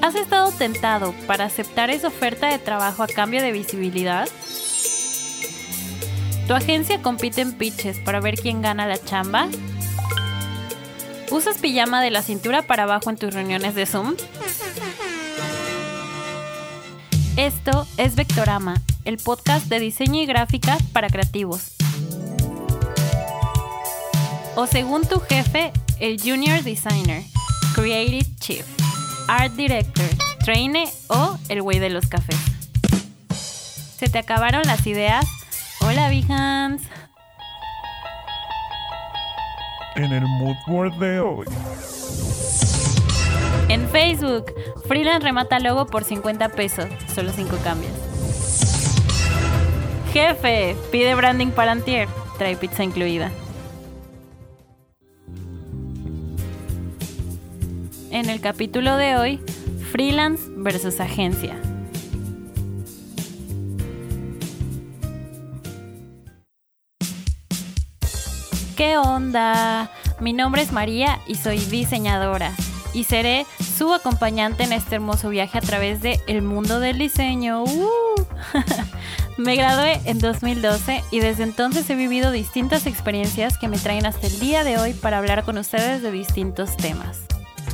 ¿Has estado tentado para aceptar esa oferta de trabajo a cambio de visibilidad? ¿Tu agencia compite en pitches para ver quién gana la chamba? ¿Usas pijama de la cintura para abajo en tus reuniones de Zoom? Esto es Vectorama, el podcast de diseño y gráfica para creativos. O según tu jefe, el Junior Designer, Creative Chief, Art Director, Trainee o el güey de los cafés. ¿Se te acabaron las ideas? Hola, Behance. En el mood board de hoy. En Facebook, freelance remata logo por 50 pesos, solo 5 cambios. Jefe, pide branding para antier, trae pizza incluida. En el capítulo de hoy, freelance versus agencia. ¿Qué onda? Mi nombre es María y soy diseñadora y seré su acompañante en este hermoso viaje a través de el mundo del diseño. Me gradué en 2012 y desde entonces he vivido distintas experiencias que me traen hasta el día de hoy para hablar con ustedes de distintos temas.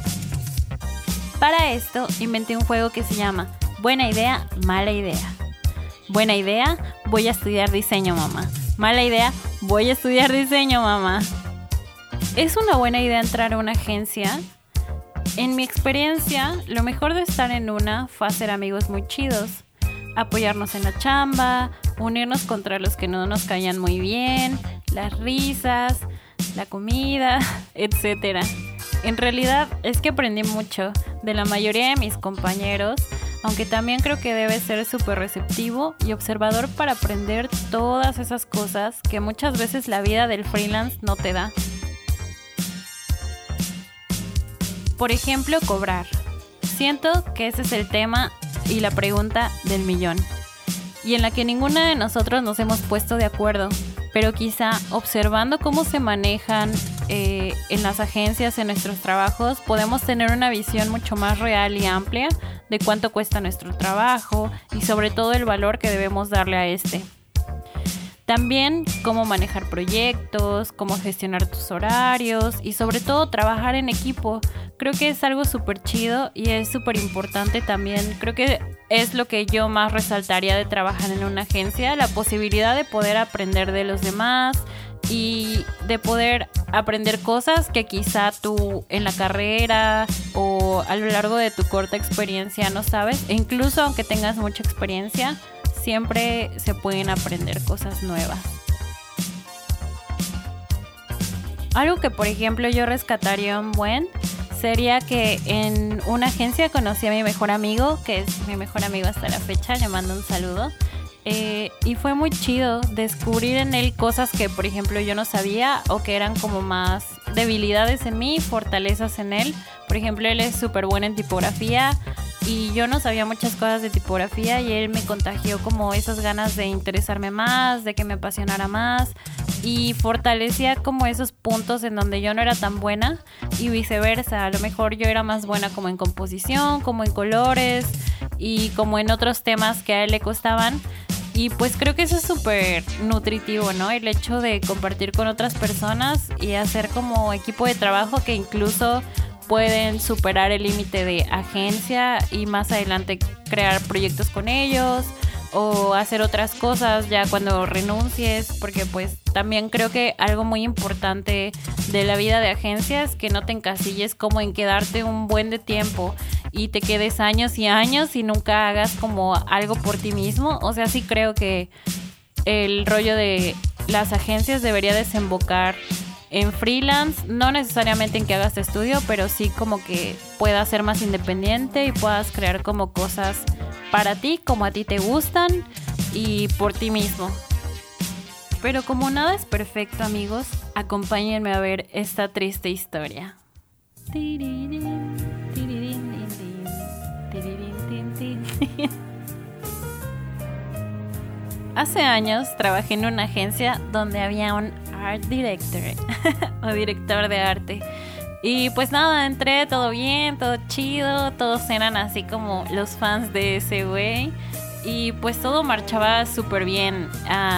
Para esto inventé un juego que se llama Buena idea, mala idea. Buena idea, voy a estudiar diseño, mamá. Mala idea, voy a estudiar diseño, mamá. ¿Es una buena idea entrar a una agencia? En mi experiencia, lo mejor de estar en una fue hacer amigos muy chidos, apoyarnos en la chamba, unirnos contra los que no nos caían muy bien, las risas, la comida, etc. En realidad es que aprendí mucho de la mayoría de mis compañeros, aunque también creo que debes ser súper receptivo y observador para aprender todas esas cosas que muchas veces la vida del freelance no te da. Por ejemplo, cobrar. Siento que ese es el tema y la pregunta del millón, y en la que ninguna de nosotros nos hemos puesto de acuerdo, pero quizá observando cómo se manejan en las agencias, en nuestros trabajos, podemos tener una visión mucho más real y amplia de cuánto cuesta nuestro trabajo y sobre todo el valor que debemos darle a este. También cómo manejar proyectos, cómo gestionar tus horarios y sobre todo trabajar en equipo. Creo que es algo súper chido y es súper importante también. Creo que es lo que yo más resaltaría de trabajar en una agencia, la posibilidad de poder aprender de los demás y de poder aprender cosas que quizá tú en la carrera o a lo largo de tu corta experiencia no sabes. E incluso aunque tengas mucha experiencia, siempre se pueden aprender cosas nuevas. Algo que, por ejemplo, yo rescataría un buen sería que en una agencia conocí a mi mejor amigo, que es mi mejor amigo hasta la fecha, le mando un saludo. Y fue muy chido descubrir en él cosas que, por ejemplo, yo no sabía o que eran como más debilidades en mí, fortalezas en él. Por ejemplo, él es súper bueno en tipografía y yo no sabía muchas cosas de tipografía y él me contagió como esas ganas de interesarme más, de que me apasionara más y fortalecía como esos puntos en donde yo no era tan buena y viceversa. A lo mejor yo era más buena como en composición, como en colores y como en otros temas que a él le costaban. Y pues creo que eso es súper nutritivo, ¿no? El hecho de compartir con otras personas y hacer como equipo de trabajo que incluso pueden superar el límite de agencia y más adelante crear proyectos con ellos o hacer otras cosas ya cuando renuncies, porque pues también creo que algo muy importante de la vida de agencia es que no te encasilles como en quedarte un buen de tiempo y te quedes años y años y nunca hagas como algo por ti mismo. O sea, sí creo que el rollo de las agencias debería desembocar en freelance, no necesariamente en que hagas estudio, pero sí como que puedas ser más independiente y puedas crear como cosas para ti, como a ti te gustan y por ti mismo. Pero como nada es perfecto, amigos, acompáñenme a ver esta triste historia. Hace años trabajé en una agencia donde había un art director o director de arte, Y pues nada, entré, todo bien, todo chido, todos eran así como los fans de ese güey. Y pues todo marchaba súper bien,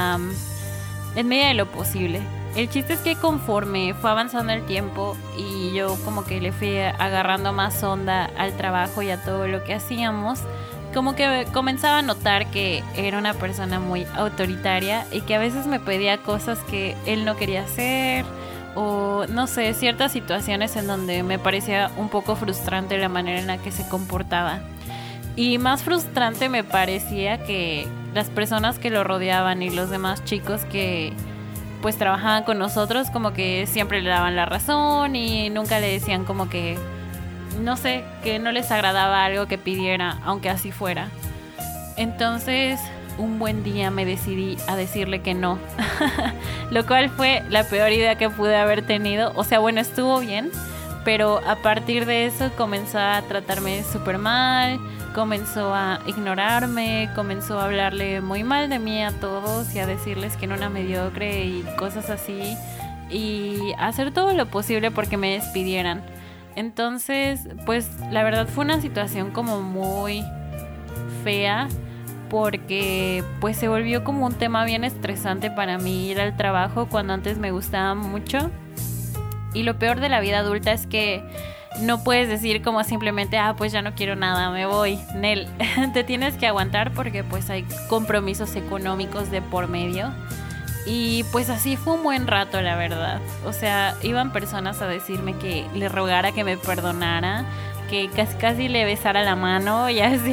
en medida de lo posible. El chiste es que conforme fue avanzando el tiempo y yo como que le fui agarrando más onda al trabajo y a todo lo que hacíamos, como que comenzaba a notar que era una persona muy autoritaria y que a veces me pedía cosas que él no quería hacer, o no sé, ciertas situaciones en donde me parecía un poco frustrante la manera en la que se comportaba. Y más frustrante me parecía que las personas que lo rodeaban y los demás chicos que pues trabajaban con nosotros como que siempre le daban la razón y nunca le decían como que, no sé, que no les agradaba algo que pidiera, aunque así fuera. Entonces, un buen día me decidí a decirle que no, lo cual fue la peor idea que pude haber tenido. O sea, bueno, estuvo bien, pero a partir de eso comenzó a tratarme súper mal, comenzó a ignorarme, comenzó a hablarle muy mal de mí a todos y a decirles que era una mediocre y cosas así, y hacer todo lo posible porque me despidieran. Entonces, pues la verdad fue una situación como muy fea, porque pues se volvió como un tema bien estresante para mí ir al trabajo cuando antes me gustaba mucho. Y lo peor de la vida adulta es que no puedes decir como simplemente, pues ya no quiero nada, me voy. Nel, te tienes que aguantar porque pues hay compromisos económicos de por medio. Y pues así fue un buen rato, la verdad. O sea, iban personas a decirme que le rogara que me perdonara, que casi le besara la mano y así.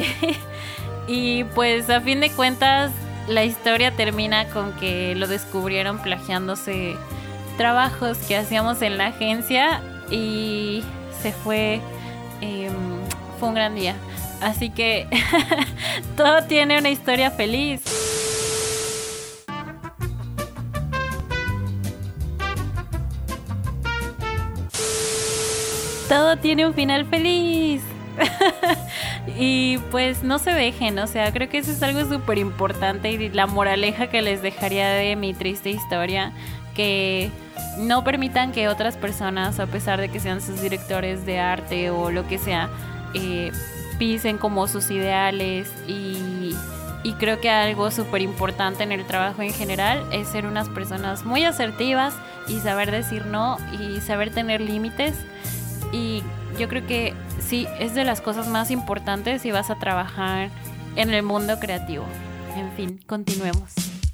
Y pues a fin de cuentas la historia termina con que lo descubrieron plagiándose trabajos que hacíamos en la agencia y se fue. Fue un gran día. Así que todo tiene una historia feliz. Todo tiene un final feliz. Y pues no se dejen, o sea, creo que eso es algo súper importante y la moraleja que les dejaría de mi triste historia, que no permitan que otras personas, a pesar de que sean sus directores de arte o lo que sea, pisen como sus ideales. Y creo que algo súper importante en el trabajo en general es ser unas personas muy asertivas y saber decir no y saber tener límites. Y yo creo que sí, es de las cosas más importantes si vas a trabajar en el mundo creativo. En fin, continuemos.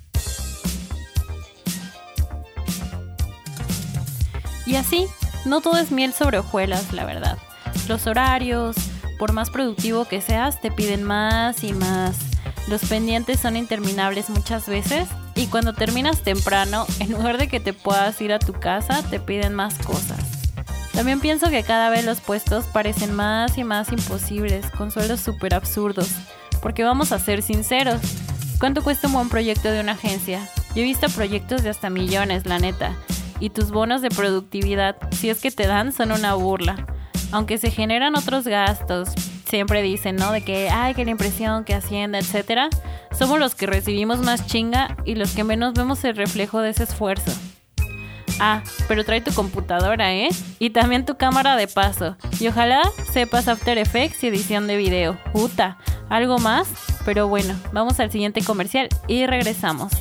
Y así, no todo es miel sobre hojuelas, la verdad. Los horarios, por más productivo que seas, te piden más y más. Los pendientes son interminables muchas veces y cuando terminas temprano, en lugar de que te puedas ir a tu casa, te piden más cosas. También pienso que cada vez los puestos parecen más y más imposibles, con sueldos súper absurdos. Porque vamos a ser sinceros, ¿cuánto cuesta un buen proyecto de una agencia? Yo he visto proyectos de hasta millones, la neta. Y tus bonos de productividad, si es que te dan, son una burla. Aunque se generan otros gastos, siempre dicen, ¿no? De que, que la impresión, que Hacienda, etcétera. Somos los que recibimos más chinga y los que menos vemos el reflejo de ese esfuerzo. Pero trae tu computadora, y también tu cámara de paso. Y ojalá sepas After Effects y edición de video. Puta, ¿algo más? Pero bueno, vamos al siguiente comercial y regresamos.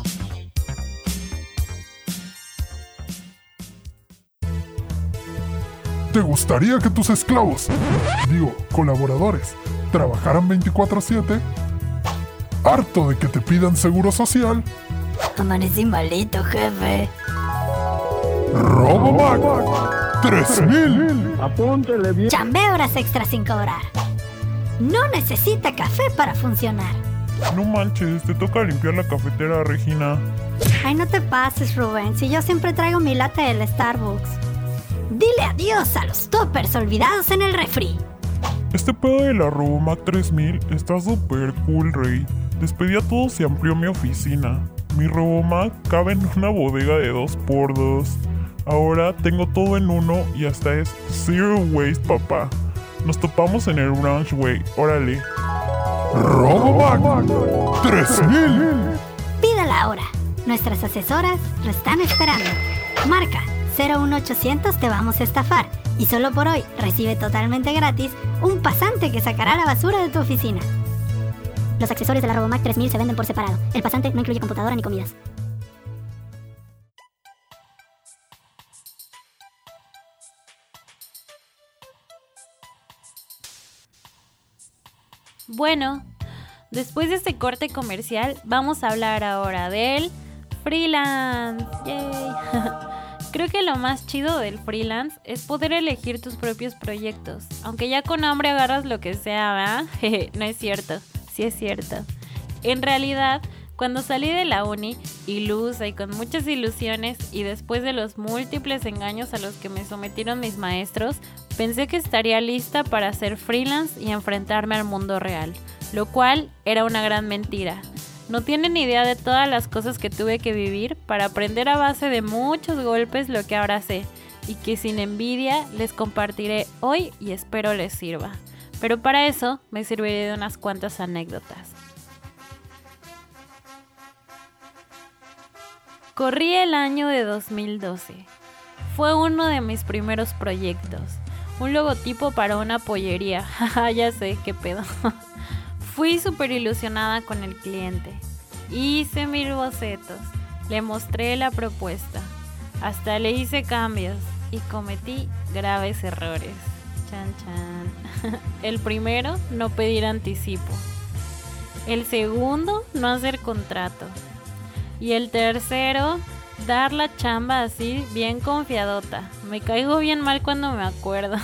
¿Te gustaría que tus esclavos, colaboradores, trabajaran 24/7? ¿Harto de que te pidan seguro social? Amanecí malito, jefe. RoboMac 3000. Apúntele bien. Chambea horas extras sin cobrar. No necesita café para funcionar. No manches, te toca limpiar la cafetera, Regina. Ay, no te pases, Rubén, si yo siempre traigo mi latte del Starbucks. Dile adiós a los toppers olvidados en el refri. Este pedo de la RoboMac 3000 está súper cool, Rey. Despedí a todos y amplió mi oficina. Mi RoboMac cabe en una bodega de 2x2. Ahora tengo todo en uno y hasta es zero waste, papá. Nos topamos en el ranch, güey. Órale. RoboMac 3000. Pídala ahora. Nuestras asesoras lo están esperando. Marca 01800 te vamos a estafar. Y solo por hoy recibe totalmente gratis un pasante que sacará la basura de tu oficina. Los accesorios de la RoboMac 3000 se venden por separado. El pasante no incluye computadora ni comidas. Bueno, después de este corte comercial, vamos a hablar ahora del freelance. ¡Yay! Creo que lo más chido del freelance es poder elegir tus propios proyectos. Aunque ya con hambre agarras lo que sea, ¿verdad? No es cierto, sí es cierto. En realidad, cuando salí de la uni, ilusa y con muchas ilusiones, y después de los múltiples engaños a los que me sometieron mis maestros, pensé que estaría lista para ser freelance y enfrentarme al mundo real, lo cual era una gran mentira. No tienen idea de todas las cosas que tuve que vivir para aprender a base de muchos golpes lo que ahora sé, y que sin envidia les compartiré hoy y espero les sirva. Pero para eso me serviré de unas cuantas anécdotas. Corrí el año de 2012. Fue uno de mis primeros proyectos. Un logotipo para una pollería. Ya sé, qué pedo. Fui súper ilusionada con el cliente. Hice 1000 bocetos. Le mostré la propuesta. Hasta le hice cambios. Y cometí graves errores. Chan, chan. El primero, no pedir anticipo. El segundo, no hacer contrato. Y el tercero, dar la chamba así, bien confiadota. Me caigo bien mal cuando me acuerdo.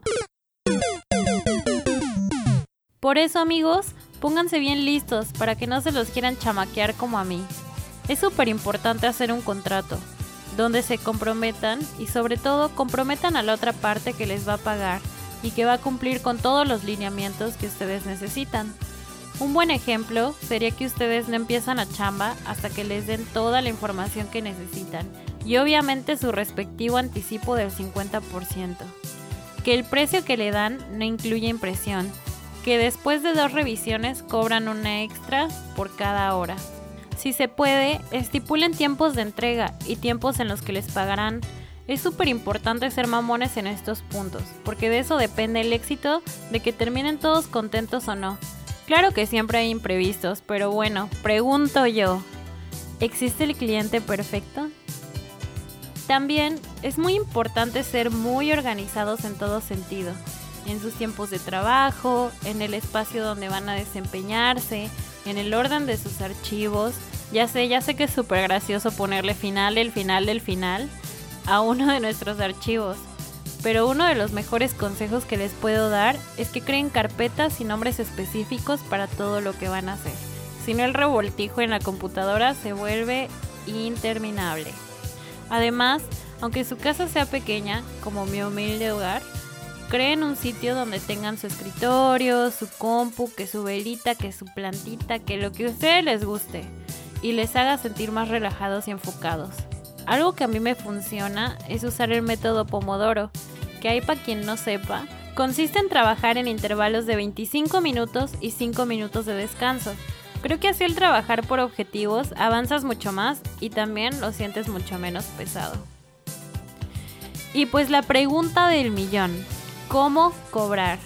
Por eso, amigos, pónganse bien listos para que no se los quieran chamaquear como a mí. Es súper importante hacer un contrato, donde se comprometan y sobre todo comprometan a la otra parte que les va a pagar y que va a cumplir con todos los lineamientos que ustedes necesitan. Un buen ejemplo sería que ustedes no empiezan a chamba hasta que les den toda la información que necesitan y obviamente su respectivo anticipo del 50%. Que el precio que le dan no incluye impresión, que después de 2 revisiones cobran una extra por cada hora. Si se puede, estipulen tiempos de entrega y tiempos en los que les pagarán. Es súper importante ser mamones en estos puntos, porque de eso depende el éxito de que terminen todos contentos o no. Claro que siempre hay imprevistos, pero bueno, pregunto yo, ¿existe el cliente perfecto? También es muy importante ser muy organizados en todo sentido, en sus tiempos de trabajo, en el espacio donde van a desempeñarse, en el orden de sus archivos. Ya sé que es súper gracioso ponerle final a uno de nuestros archivos. Pero uno de los mejores consejos que les puedo dar es que creen carpetas y nombres específicos para todo lo que van a hacer. Si no, el revoltijo en la computadora se vuelve interminable. Además, aunque su casa sea pequeña, como mi humilde hogar, creen un sitio donde tengan su escritorio, su compu, que su velita, que su plantita, que lo que a ustedes les guste y les haga sentir más relajados y enfocados. Algo que a mí me funciona es usar el método Pomodoro, que hay para quien no sepa, consiste en trabajar en intervalos de 25 minutos y 5 minutos de descanso. Creo que así al trabajar por objetivos avanzas mucho más y también lo sientes mucho menos pesado. Y pues la pregunta del millón, ¿cómo cobrar?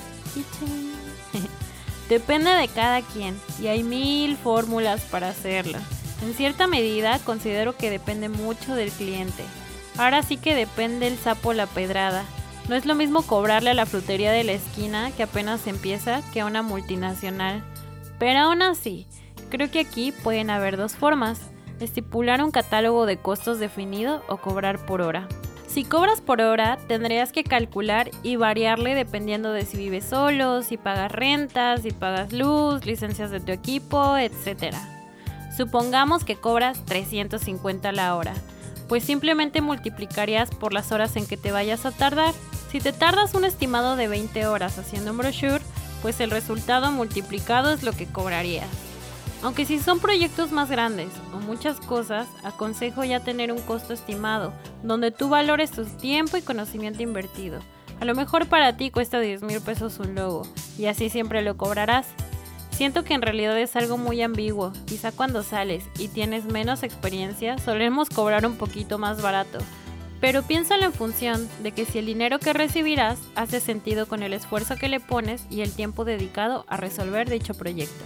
Depende de cada quien y hay 1000 fórmulas para hacerlo. En cierta medida considero que depende mucho del cliente. Ahora sí que depende el sapo la pedrada. No es lo mismo cobrarle a la frutería de la esquina que apenas empieza que a una multinacional. Pero aún así, creo que aquí pueden haber 2 formas: estipular un catálogo de costos definido o cobrar por hora. Si cobras por hora, tendrías que calcular y variarle dependiendo de si vives solo, si pagas rentas, si pagas luz, licencias de tu equipo, etc. Supongamos que cobras 350 la hora, pues simplemente multiplicarías por las horas en que te vayas a tardar. Si te tardas un estimado de 20 horas haciendo un brochure, pues el resultado multiplicado es lo que cobrarías. Aunque si son proyectos más grandes o muchas cosas, aconsejo ya tener un costo estimado, donde tú valores tu tiempo y conocimiento invertido. A lo mejor para ti cuesta 10,000 pesos un logo, y así siempre lo cobrarás. Siento que en realidad es algo muy ambiguo. Quizá cuando sales y tienes menos experiencia, solemos cobrar un poquito más barato. Pero piénsalo en función de que si el dinero que recibirás hace sentido con el esfuerzo que le pones y el tiempo dedicado a resolver dicho proyecto.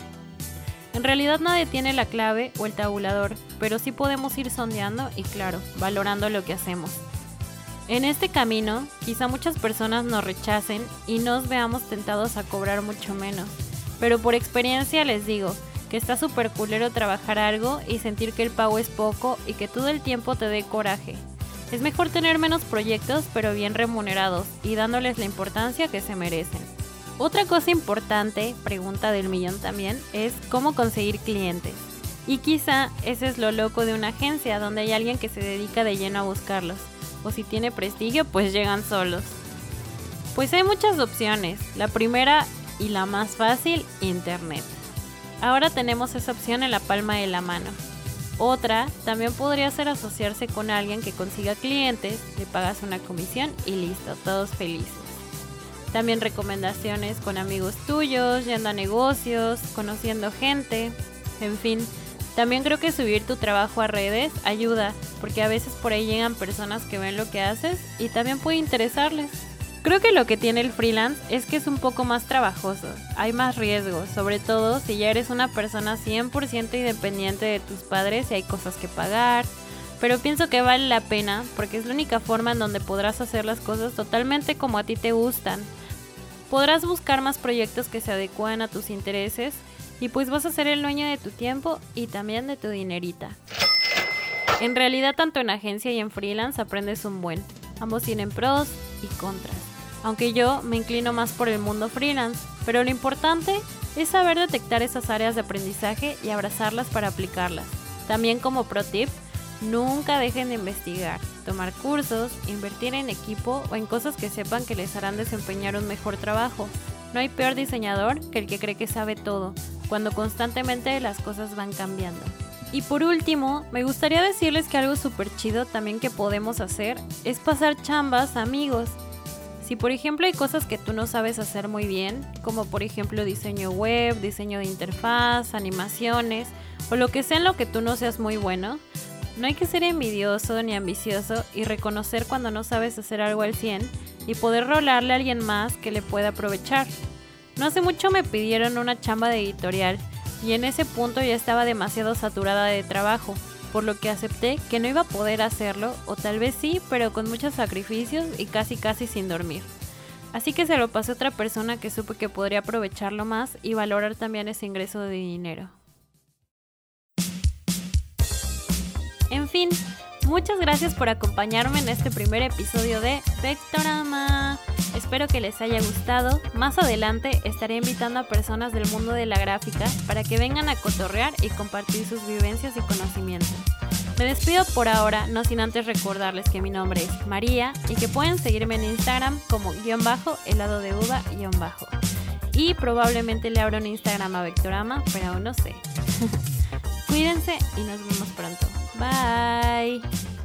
En realidad nadie tiene la clave o el tabulador, pero sí podemos ir sondeando y claro, valorando lo que hacemos. En este camino, quizá muchas personas nos rechacen y nos veamos tentados a cobrar mucho menos, pero por experiencia les digo que está súper culero trabajar algo y sentir que el pago es poco y que todo el tiempo te dé coraje. Es mejor tener menos proyectos pero bien remunerados y dándoles la importancia que se merecen. Otra cosa importante, pregunta del millón también, es cómo conseguir clientes. Y quizá ese es lo loco de una agencia donde hay alguien que se dedica de lleno a buscarlos. O si tiene prestigio, pues llegan solos. Pues hay muchas opciones. La primera y la más fácil, Internet. Ahora tenemos esa opción en la palma de la mano. Otra también podría ser asociarse con alguien que consiga clientes, le pagas una comisión y listo, todos felices. También recomendaciones con amigos tuyos, yendo a negocios, conociendo gente, en fin. También creo que subir tu trabajo a redes ayuda, porque a veces por ahí llegan personas que ven lo que haces y también puede interesarles. Creo que lo que tiene el freelance es que es un poco más trabajoso, hay más riesgos, sobre todo si ya eres una persona 100% independiente de tus padres y hay cosas que pagar, pero pienso que vale la pena porque es la única forma en donde podrás hacer las cosas totalmente como a ti te gustan. Podrás buscar más proyectos que se adecúen a tus intereses y pues vas a ser el dueño de tu tiempo y también de tu dinerita. En realidad tanto en agencia y en freelance aprendes un buen, ambos tienen pros y contras. Aunque yo me inclino más por el mundo freelance, pero lo importante es saber detectar esas áreas de aprendizaje y abrazarlas para aplicarlas. También como pro tip, nunca dejen de investigar, tomar cursos, invertir en equipo o en cosas que sepan que les harán desempeñar un mejor trabajo. No hay peor diseñador que el que cree que sabe todo, cuando constantemente las cosas van cambiando. Y por último, me gustaría decirles que algo súper chido también que podemos hacer es pasar chambas a amigos. Si por ejemplo hay cosas que tú no sabes hacer muy bien, como por ejemplo diseño web, diseño de interfaz, animaciones o lo que sea en lo que tú no seas muy bueno, no hay que ser envidioso ni ambicioso y reconocer cuando no sabes hacer algo al 100 y poder rolarle a alguien más que le pueda aprovechar. No hace mucho me pidieron una chamba de editorial y en ese punto ya estaba demasiado saturada de trabajo, por lo que acepté que no iba a poder hacerlo, o tal vez sí, pero con muchos sacrificios y casi sin dormir. Así que se lo pasé a otra persona que supe que podría aprovecharlo más y valorar también ese ingreso de dinero. En fin, muchas gracias por acompañarme en este primer episodio de Vectorama. Espero que les haya gustado. Más adelante estaré invitando a personas del mundo de la gráfica para que vengan a cotorrear y compartir sus vivencias y conocimientos. Me despido por ahora, no sin antes recordarles que mi nombre es María y que pueden seguirme en Instagram como _helado de uva_. Y probablemente le abra un Instagram a Vectorama, pero aún no sé. Cuídense y nos vemos pronto. Bye.